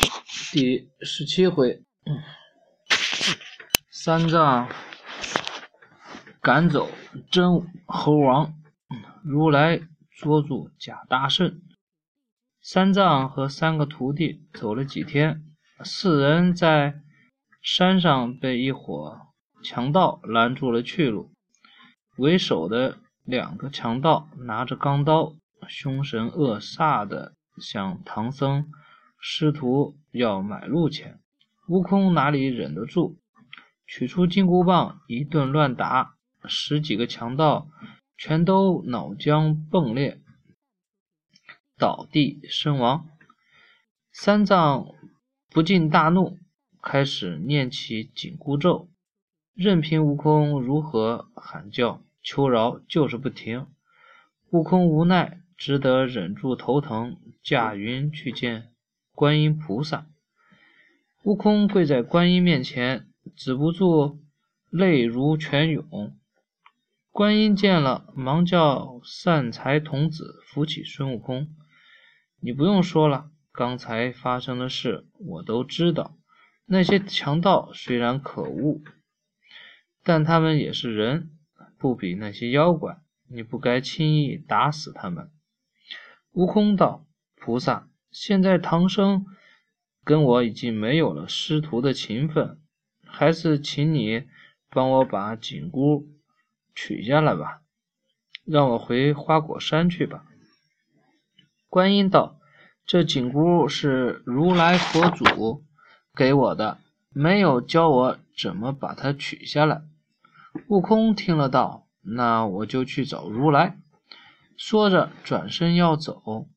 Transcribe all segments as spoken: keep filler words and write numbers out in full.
第十七回，三藏赶走真猴王，如来捉住假大圣。三藏和三个徒弟走了几天，四人在山上被一伙强盗拦住了去路。为首的两个强盗拿着钢刀，凶神恶煞地向唐僧师徒要买路钱。悟空哪里忍得住，取出金箍棒一顿乱打，十几个强盗全都脑浆迸裂，倒地身亡。三藏不禁大怒，开始念起紧箍咒，任凭悟空如何喊叫求饶，就是不停。悟空无奈，只得忍住头疼，驾云去见观音菩萨。悟空跪在观音面前，止不住泪如泉涌。观音见了，忙叫善财童子扶起孙悟空。你不用说了，刚才发生的事我都知道。那些强盗虽然可恶，但他们也是人，不比那些妖怪，你不该轻易打死他们。悟空道：菩萨，现在唐僧跟我已经没有了师徒的情分，还是请你帮我把紧箍取下来吧，让我回花果山去吧。观音道：这紧箍是如来佛祖给我的，没有教我怎么把它取下来。悟空听了道：那我就去找如来。说着转身要走。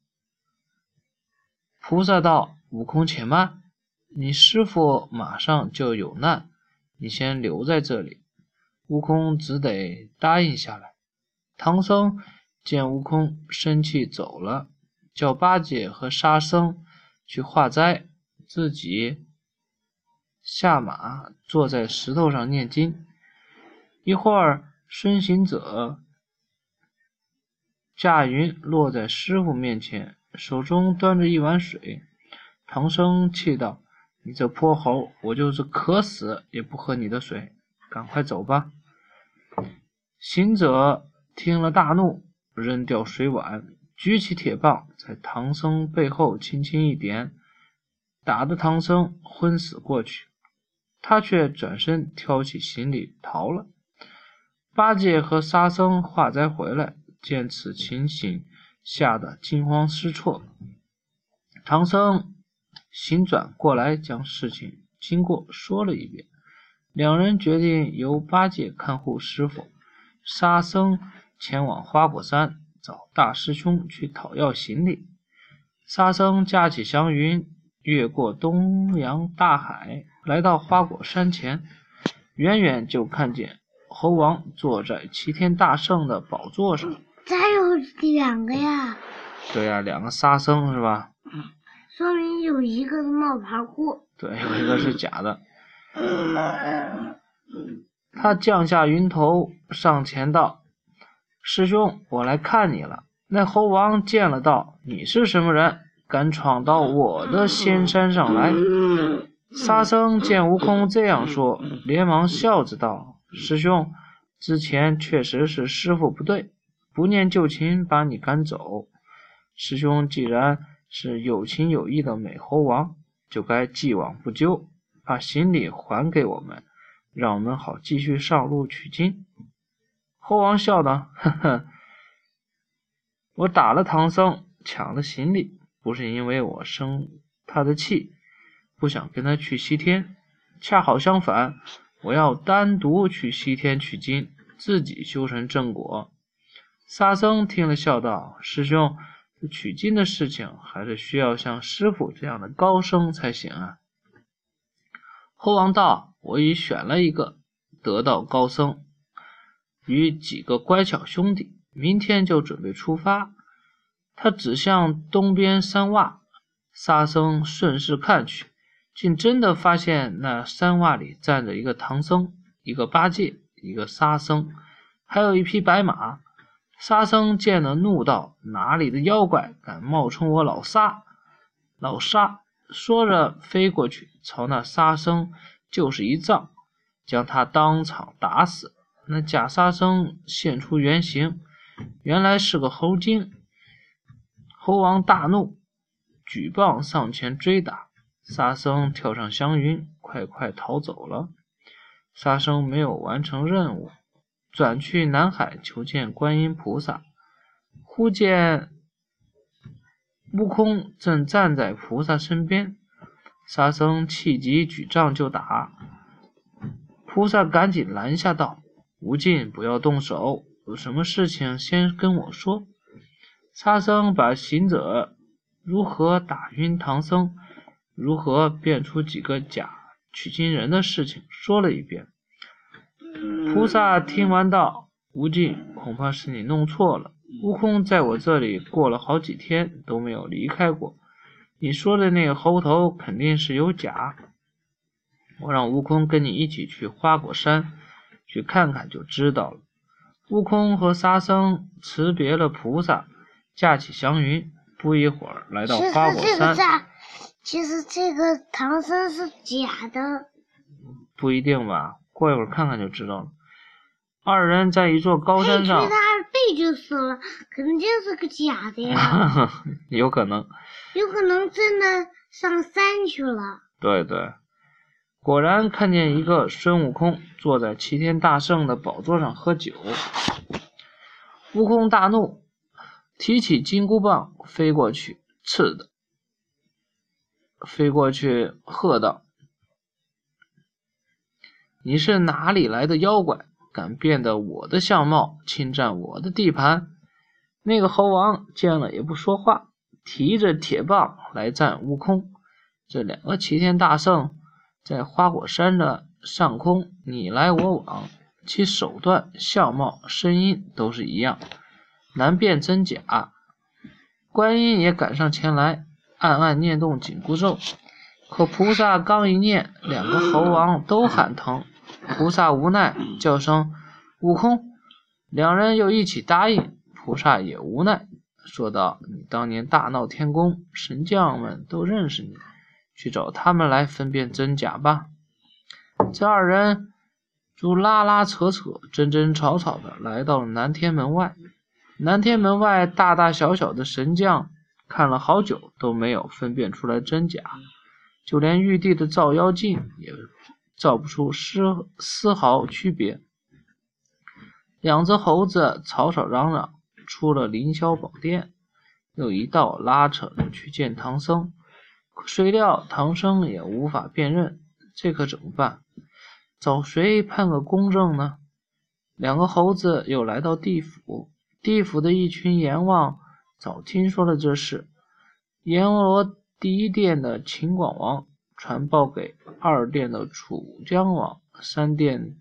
菩萨道：悟空且慢，你师父马上就有难，你先留在这里。悟空只得答应下来。唐僧见悟空生气走了，叫八戒和沙僧去化斋，自己下马坐在石头上念经。一会儿孙行者驾云落在师傅面前，手中端着一碗水。唐僧气道：你这泼猴，我就是渴死也不喝你的水，赶快走吧。行者听了大怒，扔掉水碗，举起铁棒在唐僧背后轻轻一点，打得唐僧昏死过去。他却转身挑起行李逃了。八戒和沙僧化斋回来，见此情形，吓得惊慌失措。唐僧行转过来，将事情经过说了一遍。两人决定由八戒看护师傅，沙僧前往花果山找大师兄去讨要行李。沙僧驾起祥云，越过东洋大海，来到花果山前，远远就看见猴王坐在齐天大圣的宝座上。 再有两个呀？ 对呀、啊，两个沙僧是吧？ 说明有一个是冒牌货。 对，有一个是假的。他降下云头，上前道：师兄，我来看你了。那猴王见了道：你是什么人，敢闯到我的仙山上来？沙僧见悟空这样说，连忙笑着道：师兄，之前确实是师父不对，不念旧情把你赶走。师兄既然是有情有义的美猴王，就该既往不咎，把行李还给我们，让我们好继续上路取经。猴王笑道：呵呵，我打了唐僧，抢了行李，不是因为我生他的气，不想跟他去西天，恰好相反，我要单独去西天取经，自己修成正果。沙僧听了笑道：师兄，取经的事情还是需要像师父这样的高僧才行啊。猴王道：我已选了一个得道高僧，与几个乖巧兄弟，明天就准备出发。他指向东边山洼，沙僧顺势看去，竟真的发现那山洼里站着一个唐僧，一个八戒，一个沙僧，还有一匹白马。沙僧见了，怒道：哪里的妖怪敢冒充我老沙？老沙说着飞过去，朝那沙僧就是一杖，将他当场打死。那假沙僧现出原形，原来是个猴精。猴王大怒，举棒上前追打，沙僧跳上祥云，快快逃走了。沙僧没有完成任务，转去南海求见观音菩萨，忽见悟空正站在菩萨身边，沙僧气急举杖就打，菩萨赶紧拦下道：无尽，不要动手，有什么事情先跟我说。沙僧把行者如何打晕唐僧，如何变出几个假取经人的事情说了一遍。菩萨听完道：无尽，恐怕是你弄错了，悟空在我这里过了好几天都没有离开过，你说的那个猴头肯定是有假，我让悟空跟你一起去花果山去看看就知道了。悟空和沙僧辞别了菩萨，驾起祥云，不一会儿来到花果山。 其实这个唐僧是假的。 不一定吧，过一会儿看看就知道了。二人在一座高山上， 吹他二背就是了，肯定是个假的呀。 有可能， 有可能真的上山去了。 对对，果然看见一个孙悟空坐在齐天大圣的宝座上喝酒。悟空大怒，提起金箍棒飞过去，刺的飞过去喝道：你是哪里来的妖怪，敢变得我的相貌，侵占我的地盘？那个猴王见了也不说话，提着铁棒来战悟空。这两个齐天大圣在花果山的上空你来我往，其手段、相貌、声音都是一样，难辨真假。观音也赶上前来，暗暗念动紧箍咒，可菩萨刚一念，两个猴王都喊疼。菩萨无奈，叫声悟空，两人又一起答应。菩萨也无奈，说道：你当年大闹天宫，神将们都认识你，去找他们来分辨真假吧。这二人就拉拉扯扯，争争吵吵的来到了南天门外。南天门外大大小小的神将看了好久都没有分辨出来真假，就连玉帝的照妖镜也照不出丝丝毫区别。两只猴子吵吵嚷嚷，出了凌霄宝殿，又一道拉扯着去见唐僧，可谁料唐僧也无法辨认，这可怎么办？找谁判个公正呢？两个猴子又来到地府，地府的一群阎王早听说了这事，阎罗第一殿的秦广王传报给二殿的楚江王，三殿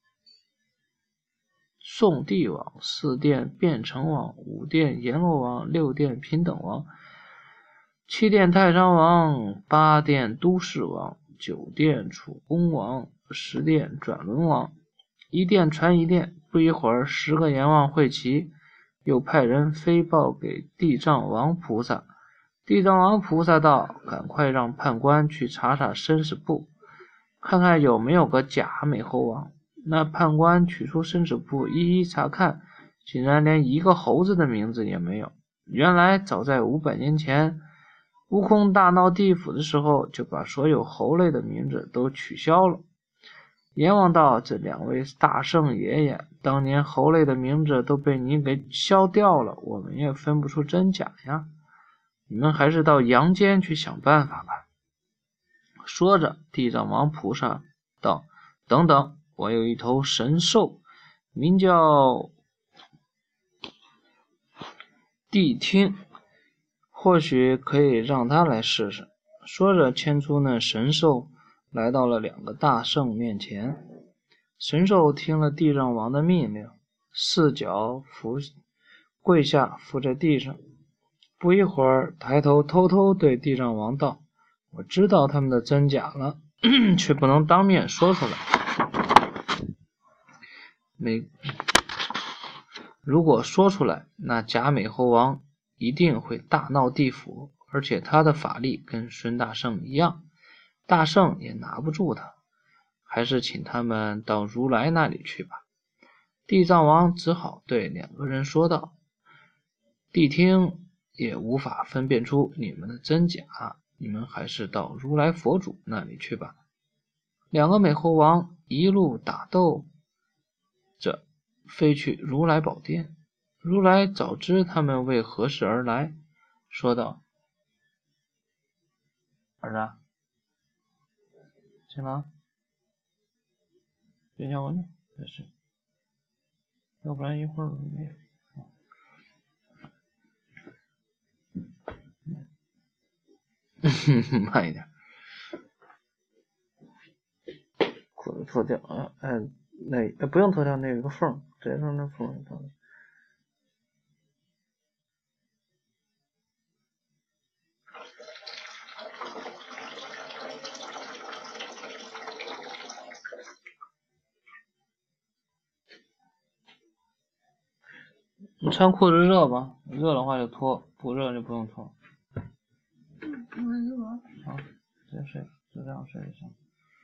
宋帝王，四殿变成王，五殿阎罗王，六殿平等王，七殿太上王，八殿都市王，九殿楚公王，十殿转轮王。一殿传一殿，不一会儿十个阎王会齐，又派人飞报给地藏王菩萨。地藏王菩萨道：赶快让判官去查查生死簿，看看有没有个假美猴王。那判官取出生死簿一一查看，竟然连一个猴子的名字也没有。原来早在五百年前，悟空大闹地府的时候，就把所有猴类的名字都取消了。阎王道：这两位大圣爷爷，当年猴类的名字都被你给消掉了，我们也分不出真假呀，你们还是到阳间去想办法吧。说着，地藏王菩萨道：等等，我有一头神兽，名叫谛听，或许可以让他来试试。说着牵出那神兽，来到了两个大圣面前。神兽听了地藏王的命令，四脚伏跪下伏在地上，不一会儿抬头偷偷对地藏王道：我知道他们的真假了，却不能当面说出来。没，如果说出来，那假美猴王一定会大闹地府， 而且他的法力跟孙大圣一样，大圣也拿不住他，还是请他们到如来那里去吧。地藏王只好对两个人说道：谛听也无法分辨出你们的真假，你们还是到如来佛祖那里去吧。两个美猴王一路打斗着飞去如来宝殿。如来早知他们为何事而来，说道：儿子，行了，别想我了，这是，要不然一会儿没。慢一点，裤子脱掉啊！哎，那哎不用脱掉，那有一个缝，直接从那缝里头。你穿裤子热吧？热的话就脱，不热就不用脱。 不热。 好，直接睡，就这样睡就行。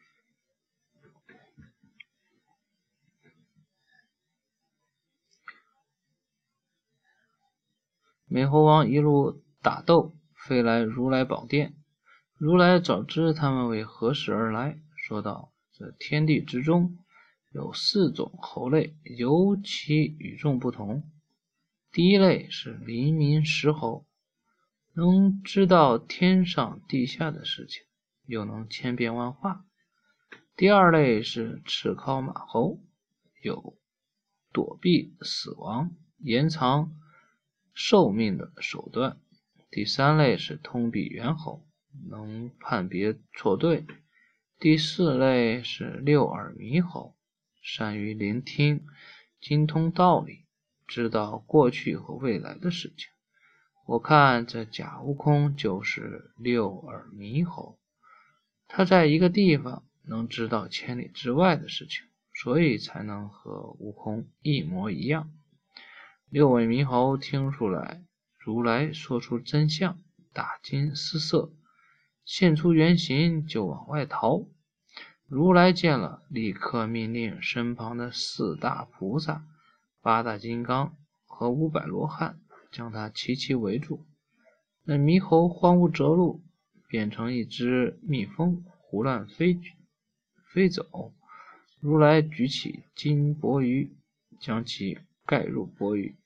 美猴王一路打斗，飞来如来宝殿。如来早知他们为何事而来，说道：这天地之中有四种猴类，尤其与众不同。第一类是黎民石猴，能知道天上地下的事情，又能千变万化。第二类是赤尻马猴，有躲避死亡、延长寿命的手段。第三类是通臂猿猴，能判别错对。第四类是六耳猕猴，善于聆听，精通道理，知道过去和未来的事情。我看这假悟空就是六耳猕猴，他在一个地方能知道千里之外的事情，所以才能和悟空一模一样。六尾猕猴听出来如来说出真相，大惊失色，现出原形就往外逃。如来见了，立刻命令身旁的四大菩萨、八大金刚和五百罗汉将他齐齐围住。那猕猴慌无择路，变成一只蜜蜂胡乱飞飞走。如来举起金钵盂，将其盖入钵盂。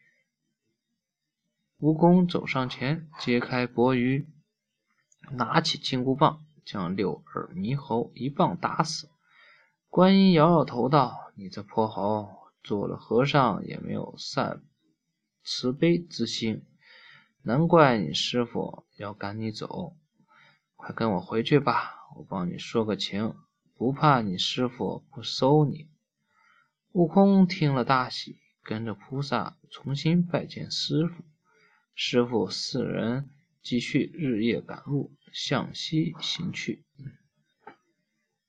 悟空走上前，揭开钵盂，拿起金箍棒，将六耳猕猴一棒打死。观音摇摇头道：你这泼猴，做了和尚也没有善慈悲之心，难怪你师父要赶你走。快跟我回去吧，我帮你说个情，不怕你师父不收你。悟空听了大喜，跟着菩萨重新拜见师父。师父四人继续日夜赶路，向西行去。